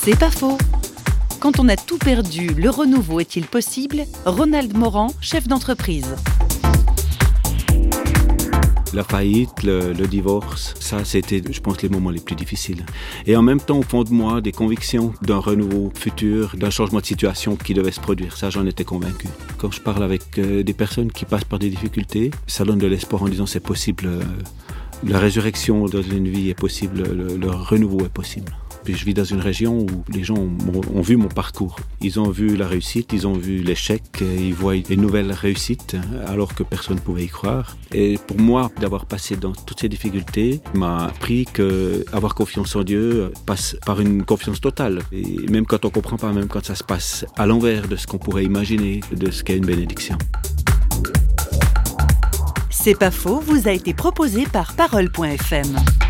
C'est pas faux. Quand on a tout perdu, le renouveau est-il possible ? Ronald Morand, chef d'entreprise. La faillite, le divorce, ça c'était, je pense, les moments les plus difficiles. Et en même temps, au fond de moi, des convictions d'un renouveau futur, d'un changement de situation qui devait se produire. Ça, j'en étais convaincu. Quand je parle avec des personnes qui passent par des difficultés, ça donne de l'espoir en disant c'est possible. La résurrection dans une vie est possible, le renouveau est possible. Puis je vis dans une région où les gens ont vu mon parcours. Ils ont vu la réussite, ils ont vu l'échec, ils voient une nouvelle réussite alors que personne ne pouvait y croire. Et pour moi, d'avoir passé dans toutes ces difficultés m'a appris qu'avoir confiance en Dieu passe par une confiance totale. Et même quand on ne comprend pas, même quand ça se passe à l'envers de ce qu'on pourrait imaginer, de ce qu'est une bénédiction. C'est pas faux, vous a été proposé par Parole.fm.